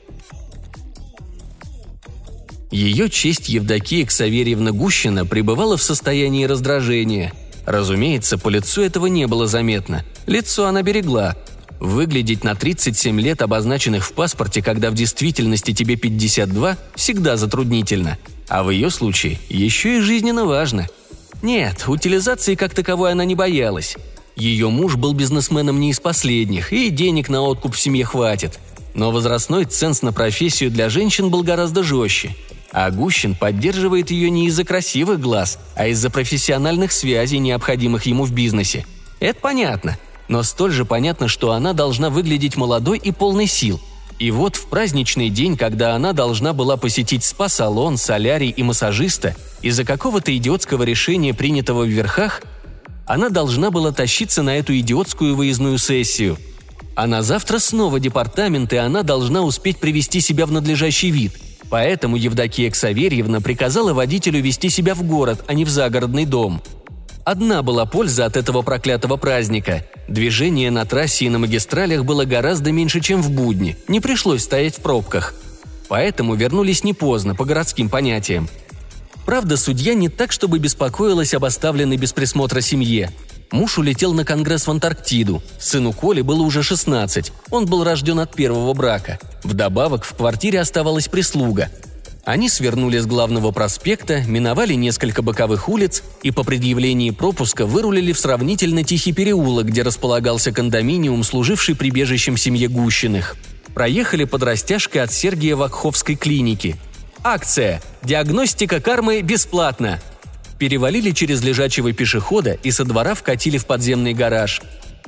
A: Ее честь Евдокия Ксаверьевна Гущина пребывала в состоянии раздражения. Разумеется, по лицу этого не было заметно. Лицо она берегла. Выглядеть на тридцать семь лет, обозначенных в паспорте, когда в действительности тебе пятьдесят два, всегда затруднительно. А в ее случае еще и жизненно важно. Нет, утилизации как таковой она не боялась. Ее муж был бизнесменом не из последних, и денег на откуп в семье хватит. Но возрастной ценз на профессию для женщин был гораздо жестче. А Гущин поддерживает ее не из-за красивых глаз, а из-за профессиональных связей, необходимых ему в бизнесе. Это понятно. Но столь же понятно, что она должна выглядеть молодой и полной сил. И вот в праздничный день, когда она должна была посетить спа-салон, солярий и массажиста, из-за какого-то идиотского решения, принятого в верхах, она должна была тащиться на эту идиотскую выездную сессию. А на завтра снова департамент, и она должна успеть привести себя в надлежащий вид. Поэтому Евдокия Ксаверьевна приказала водителю везти себя в город, а не в загородный дом. Одна была польза от этого проклятого праздника. Движение на трассе и на магистралях было гораздо меньше, чем в будни, не пришлось стоять в пробках. Поэтому вернулись не поздно, по городским понятиям. Правда, судья не так, чтобы беспокоилась об оставленной без присмотра семье. Муж улетел на конгресс в Антарктиду. Сыну Коле было уже шестнадцать, он был рожден от первого брака. Вдобавок в квартире оставалась прислуга. Они свернули с главного проспекта, миновали несколько боковых улиц и по предъявлении пропуска вырулили в сравнительно тихий переулок, где располагался кондоминиум, служивший прибежищем семье Гущиных. Проехали под растяжкой от Сергия Вакховской клиники. Акция «Диагностика кармы бесплатно». Перевалили через лежачего пешехода и со двора вкатили в подземный гараж.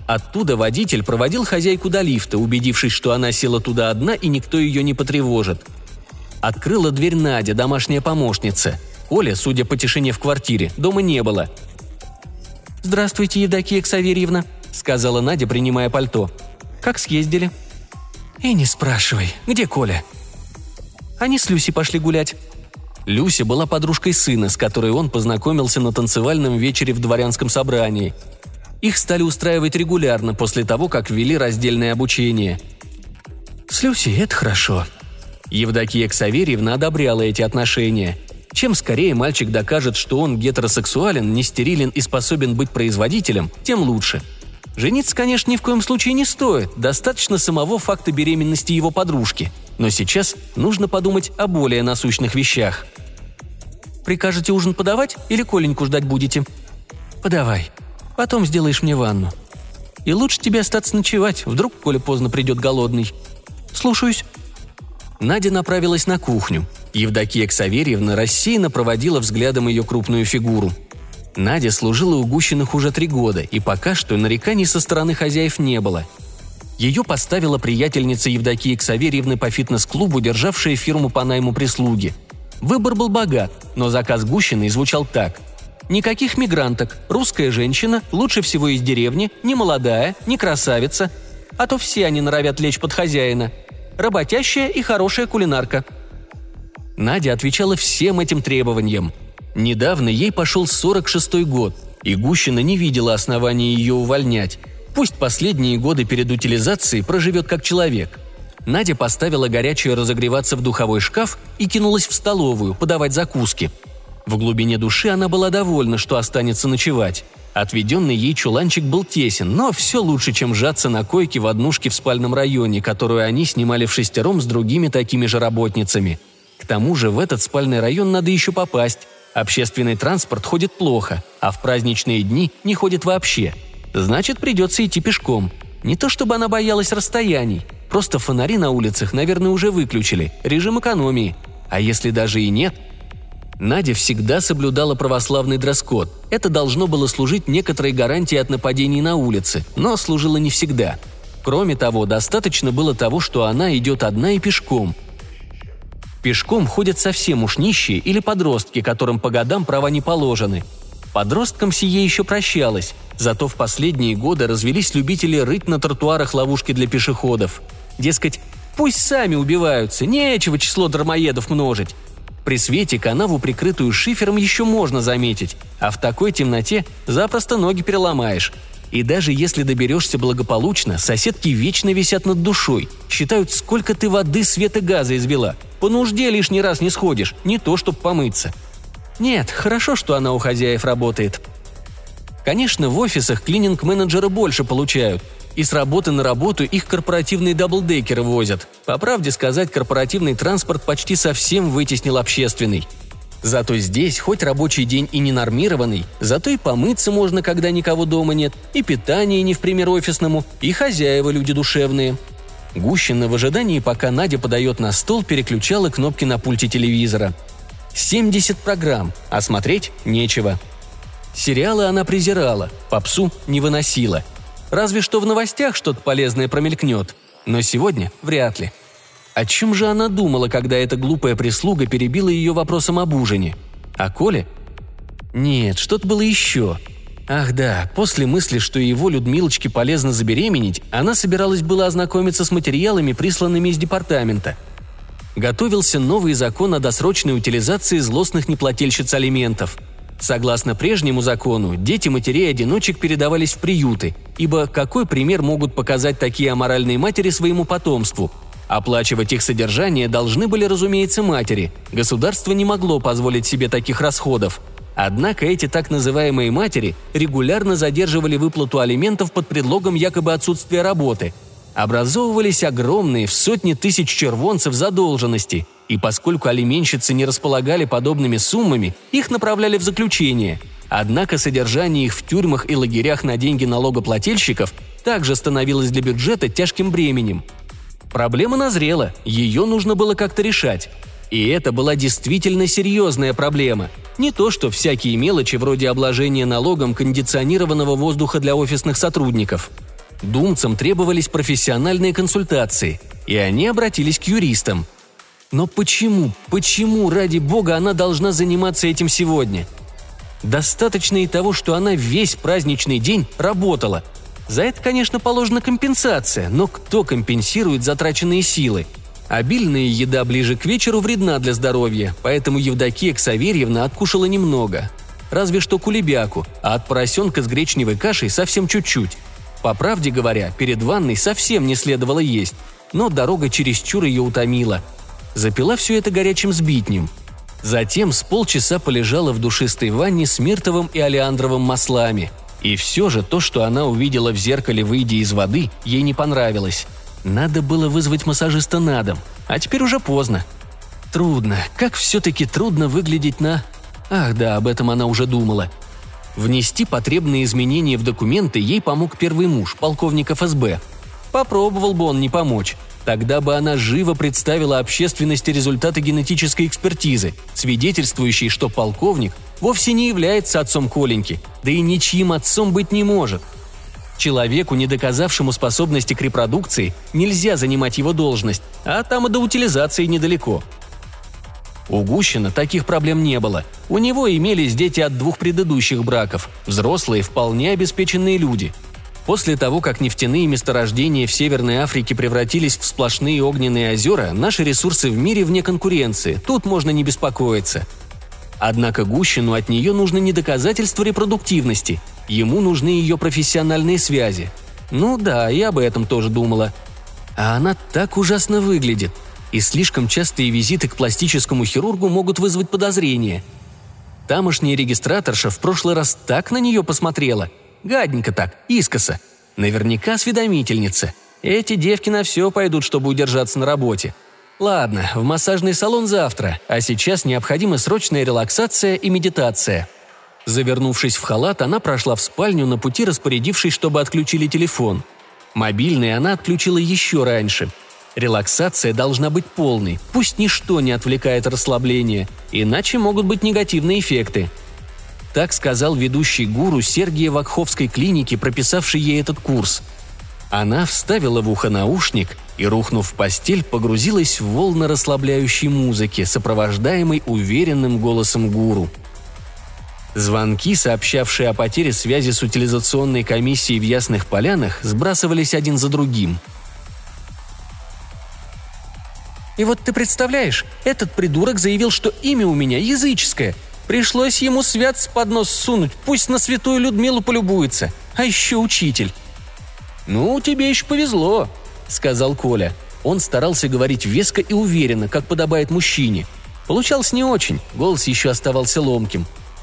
A: Оттуда водитель проводил хозяйку до лифта, убедившись, что она села туда одна и никто ее не потревожит. Открыла дверь Надя, домашняя помощница. Коля, судя по тишине в квартире, дома не было. «Здравствуйте, Евдокия Ксаверьевна», — сказала Надя, принимая пальто. «Как съездили?» «И не спрашивай. Где Коля?» «Они с Люси пошли гулять». Люся была подружкой сына, с которой он познакомился на танцевальном вечере в дворянском собрании. Их стали устраивать регулярно после того, как ввели раздельное обучение. «С Люси это хорошо». Евдокия Ксаверьевна одобряла эти отношения. Чем скорее мальчик докажет, что он гетеросексуален, не стерилен и способен быть производителем, тем лучше. Жениться, конечно, ни в коем случае не стоит, достаточно самого факта беременности его подружки. Но сейчас нужно подумать о более насущных вещах. «Прикажете ужин подавать или Коленьку ждать будете?» «Подавай. Потом сделаешь мне ванну. И лучше тебе остаться ночевать, вдруг Коля поздно придет голодный». «Слушаюсь». Надя направилась на кухню. Евдокия Ксаверьевна рассеянно проводила взглядом ее крупную фигуру. Надя служила у Гущиных уже три года, и пока что нареканий со стороны хозяев не было. Ее поставила приятельница Евдокии Ксаверьевны по фитнес-клубу, державшая фирму по найму прислуги. Выбор был богат, но заказ Гущиной звучал так. Никаких мигранток, русская женщина, лучше всего из деревни, не молодая, не красавица, а то все они норовят лечь под хозяина. Работящая и хорошая кулинарка. Надя отвечала всем этим требованиям. Недавно ей пошел сорок шестой год, и Гущина не видела оснований ее увольнять. Пусть последние годы перед утилизацией проживет как человек. Надя поставила горячее разогреваться в духовой шкаф и кинулась в столовую подавать закуски. В глубине души она была довольна, что останется ночевать. Отведенный ей чуланчик был тесен, но все лучше, чем жаться на койке в однушке в спальном районе, которую они снимали вшестером с другими такими же работницами. К тому же в этот спальный район надо еще попасть. Общественный транспорт ходит плохо, а в праздничные дни не ходит вообще. Значит, придется идти пешком. Не то чтобы она боялась расстояний, просто фонари на улицах, наверное, уже выключили, режим экономии. А если даже и нет? Надя всегда соблюдала православный дресс-код. Это должно было служить некоторой гарантией от нападений на улице, но служило не всегда. Кроме того, достаточно было того, что она идет одна и пешком. Пешком ходят совсем уж нищие или подростки, которым по годам права не положены. Подросткам сие еще прощалось, зато в последние годы развелись любители рыть на тротуарах ловушки для пешеходов. Дескать, пусть сами убиваются, нечего число дармоедов множить. При свете канаву, прикрытую шифером, еще можно заметить, а в такой темноте запросто ноги переломаешь. И даже если доберешься благополучно, соседки вечно висят над душой, считают, сколько ты воды, света, газа извела. По нужде лишний раз не сходишь, не то чтоб помыться. Нет, хорошо, что она у хозяев работает. Конечно, в офисах клининг-менеджеры больше получают, и с работы на работу их корпоративные даблдекеры возят. По правде сказать, корпоративный транспорт почти совсем вытеснил общественный. Зато здесь, хоть рабочий день и не нормированный, зато и помыться можно, когда никого дома нет, и питание не в пример офисному, и хозяева люди душевные. Гущина в ожидании, пока Надя подает на стол, переключала кнопки на пульте телевизора. семьдесят программ, а смотреть нечего. Сериалы она презирала, попсу не выносила. Разве что в новостях что-то полезное промелькнет, но сегодня вряд ли. О чем же она думала, когда эта глупая прислуга перебила ее вопросом об ужине? О Коле? Нет, что-то было еще. Ах да, после мысли, что его Людмилочке полезно забеременеть, она собиралась было ознакомиться с материалами, присланными из департамента. Готовился новый закон о досрочной утилизации злостных неплательщиц алиментов. Согласно прежнему закону, дети матерей-одиночек передавались в приюты, ибо какой пример могут показать такие аморальные матери своему потомству? Оплачивать их содержание должны были, разумеется, матери. Государство не могло позволить себе таких расходов. Однако эти так называемые матери регулярно задерживали выплату алиментов под предлогом якобы отсутствия работы. Образовывались огромные в сотни тысяч червонцев задолженности, и поскольку алименщицы не располагали подобными суммами, их направляли в заключение. Однако содержание их в тюрьмах и лагерях на деньги налогоплательщиков также становилось для бюджета тяжким бременем. Проблема назрела, ее нужно было как-то решать. И это была действительно серьезная проблема. Не то что всякие мелочи вроде обложения налогом кондиционированного воздуха для офисных сотрудников. Думцам требовались профессиональные консультации, и они обратились к юристам. Но почему, почему, ради бога, она должна заниматься этим сегодня? Достаточно и того, что она весь праздничный день работала. За это, конечно, положена компенсация, но кто компенсирует затраченные силы? Обильная еда ближе к вечеру вредна для здоровья, поэтому Евдокия Ксаверьевна откушала немного. Разве что кулебяку, а от поросенка с гречневой кашей совсем чуть-чуть. По правде говоря, перед ванной совсем не следовало есть, но дорога чересчур ее утомила. Запила все это горячим сбитнем. Затем с полчаса полежала в душистой ванне с миртовым и олеандровым маслами. И все же то, что она увидела в зеркале, выйдя из воды, ей не понравилось. Надо было вызвать массажиста на дом, а теперь уже поздно. Трудно, как все-таки трудно выглядеть на... Ах да, об этом она уже думала. Внести потребные изменения в документы ей помог первый муж, полковник эф эс бэ. Попробовал бы он не помочь. Тогда бы она живо представила общественности результаты генетической экспертизы, свидетельствующие, что полковник вовсе не является отцом Коленьки, да и ничьим отцом быть не может. Человеку, не доказавшему способности к репродукции, нельзя занимать его должность, а там и до утилизации недалеко. У Гущина таких проблем не было. У него имелись дети от двух предыдущих браков, взрослые, вполне обеспеченные люди. После того, как нефтяные месторождения в Северной Африке превратились в сплошные огненные озера, наши ресурсы в мире вне конкуренции, тут можно не беспокоиться. Однако Гущину от нее нужно не доказательство репродуктивности, ему нужны ее профессиональные связи. Ну да, я об этом тоже думала. А она так ужасно выглядит. И слишком частые визиты к пластическому хирургу могут вызвать подозрения. Тамошняя регистраторша в прошлый раз так на нее посмотрела. Гадненько так, искоса. Наверняка осведомительница. Эти девки на все пойдут, чтобы удержаться на работе. Ладно, в массажный салон завтра, а сейчас необходима срочная релаксация и медитация. Завернувшись в халат, она прошла в спальню, на пути распорядившись, чтобы отключили телефон. Мобильный она отключила еще раньше. Релаксация должна быть полной, пусть ничто не отвлекает расслабление, иначе могут быть негативные эффекты. Так сказал ведущий гуру Сергия Вакховской клиники, прописавший ей этот курс. Она вставила в ухо наушник и, рухнув в постель, погрузилась в волны расслабляющей музыки, сопровождаемой уверенным голосом гуру. Звонки, сообщавшие о потере связи с утилизационной комиссией в Ясных Полянах, сбрасывались один за другим. «И вот ты представляешь, этот придурок заявил, что имя у меня языческое. Пришлось ему святц под нос сунуть, пусть на святую Людмилу полюбуется. А еще учитель». «Ну, тебе еще повезло», — сказал Коля. Он старался говорить веско и уверенно, как подобает мужчине. Получалось не очень, голос еще оставался ломким.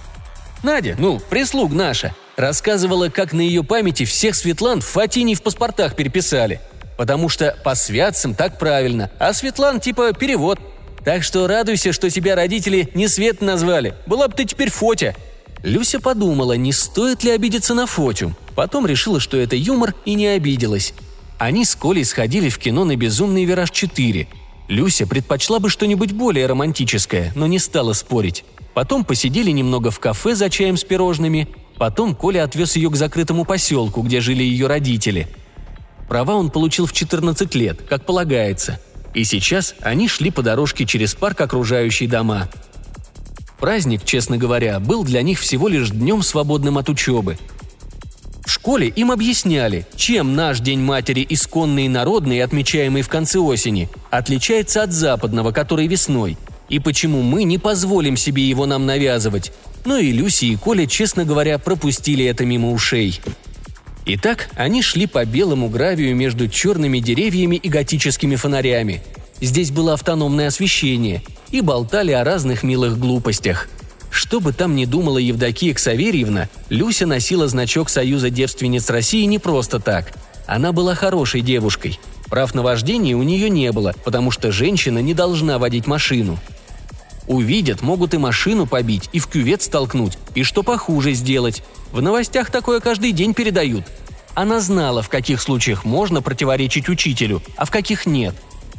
A: Надя, ну, прислуг наша, рассказывала, как на ее памяти всех Светлан в Фатиней в паспортах переписали. Потому что по святцам так правильно, а Светлан типа перевод. Так что радуйся, что тебя родители не Свет назвали. Была бы ты теперь Фотя». Люся подумала, не стоит ли обидеться на Фотю. Потом решила, что это юмор, и не обиделась. Они с Колей сходили в кино на «Безумный вираж четыре». Люся предпочла бы что-нибудь более романтическое, но не стала спорить. Потом посидели немного в кафе за чаем с пирожными. Потом Коля отвез ее к закрытому поселку, где жили ее родители. Права он получил в четырнадцать лет, как полагается. И сейчас они шли по дорожке через парк, окружающий дома. Праздник, честно говоря, был для них всего лишь днем, свободным от учебы. В школе им объясняли, чем наш День матери, исконный и народный, отмечаемый в конце осени, отличается от западного, который весной, и почему мы не позволим себе его нам навязывать. Ну и Люси и Коля, честно говоря, пропустили это мимо ушей. Итак, они шли по белому гравию между черными деревьями и готическими фонарями. Здесь было автономное освещение, и болтали о разных милых глупостях. Что бы там ни думала Евдокия Ксаверьевна, Люся носила значок Союза девственниц России не просто так. Она была хорошей девушкой. Прав на вождение у нее не было, потому что женщина не должна водить машину. Увидят, могут и машину побить, и в кювет столкнуть, и что похуже сделать. В новостях такое каждый день передают. Она знала, в каких случаях можно противоречить учителю, а в каких нет.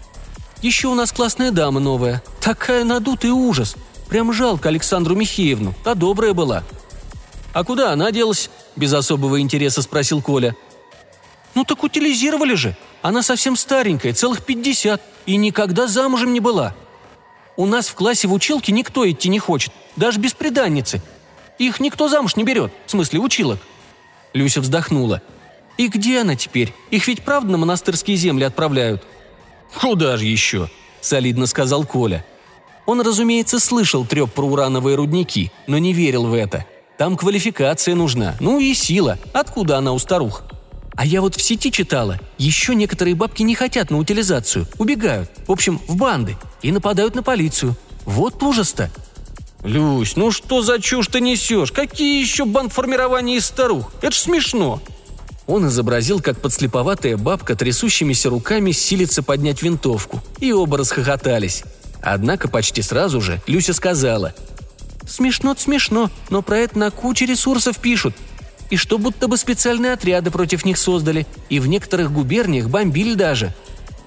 A: Еще у нас классная дама новая. Такая надутая ужас. Прям жалко Александру Михеевну, та добрая была. «А куда она делась?» – без особого интереса спросил Коля.
C: «Ну так утилизировали же. Она совсем старенькая, целых пятьдесят, и никогда замужем не была. У нас в классе в училке никто идти не хочет, даже бесприданницы. Их никто замуж не берет, в смысле училок». Люся вздохнула. «И где она теперь? Их ведь правда на монастырские земли отправляют?» «Куда же еще?» – солидно сказал Коля. Он, разумеется, слышал треп про урановые рудники, но не верил в это. Там квалификация нужна, ну и сила. Откуда она у старух? А я вот в сети читала, еще некоторые бабки не хотят на утилизацию, убегают, в общем, в банды, и нападают на полицию. Вот ужас-то!» «Люсь, ну что за чушь ты несешь? Какие еще бандформирования из старух? Это ж смешно!» Он изобразил, как подслеповатая бабка трясущимися руками силится поднять винтовку, и оба расхохотались. Однако почти сразу же Люся сказала: «Смешно-то смешно, но про это на куче ресурсов пишут. И что будто бы специальные отряды против них создали, и в некоторых губерниях бомбили даже».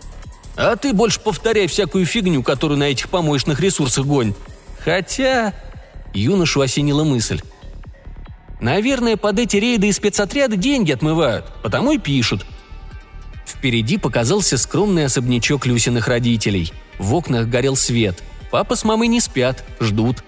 C: «А ты больше повторяй всякую фигню, которую на этих помоечных ресурсах гонят. Хотя...» Юношу осенила мысль. «Наверное, под эти рейды и спецотряды деньги отмывают, потому и пишут». Впереди показался скромный особнячок Люсиных родителей. В окнах горел свет. Папа с мамой не спят, ждут.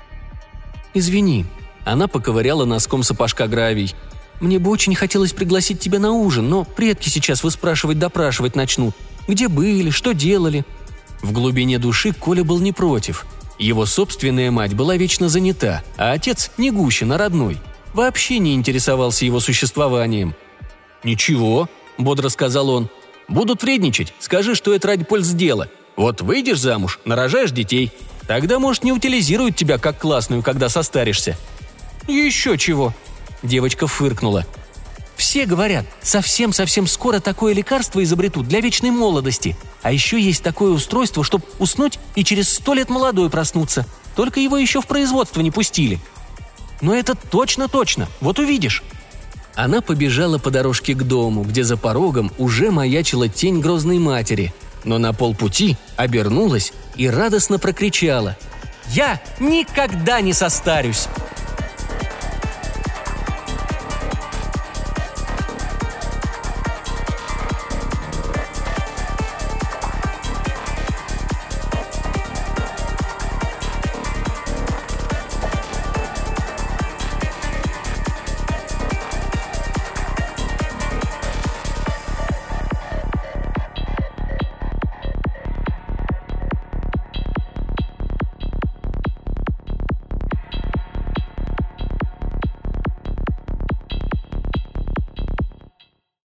C: «Извини», — она поковыряла носком сапожка гравий. «Мне бы очень хотелось пригласить тебя на ужин, но предки сейчас выспрашивать-допрашивать начнут. Где были, что делали?» В глубине души Коля был не против. Его собственная мать была вечно занята, а отец не Гущин, а родной. Вообще не интересовался его существованием. «Ничего», — бодро сказал он. «Будут вредничать, скажи, что это ради пользы дела. Вот выйдешь замуж, нарожаешь детей. Тогда, может, не утилизируют тебя как классную, когда состаришься». «Еще чего», — девочка фыркнула. «Все говорят, совсем-совсем скоро такое лекарство изобретут для вечной молодости. А еще есть такое устройство, чтобы уснуть и через сто лет молодой проснуться. Только его еще в производство не пустили. Но это точно-точно, вот увидишь». Она побежала по дорожке к дому, где за порогом уже маячила тень грозной матери, но на полпути обернулась и радостно прокричала: «Я никогда не состарюсь!»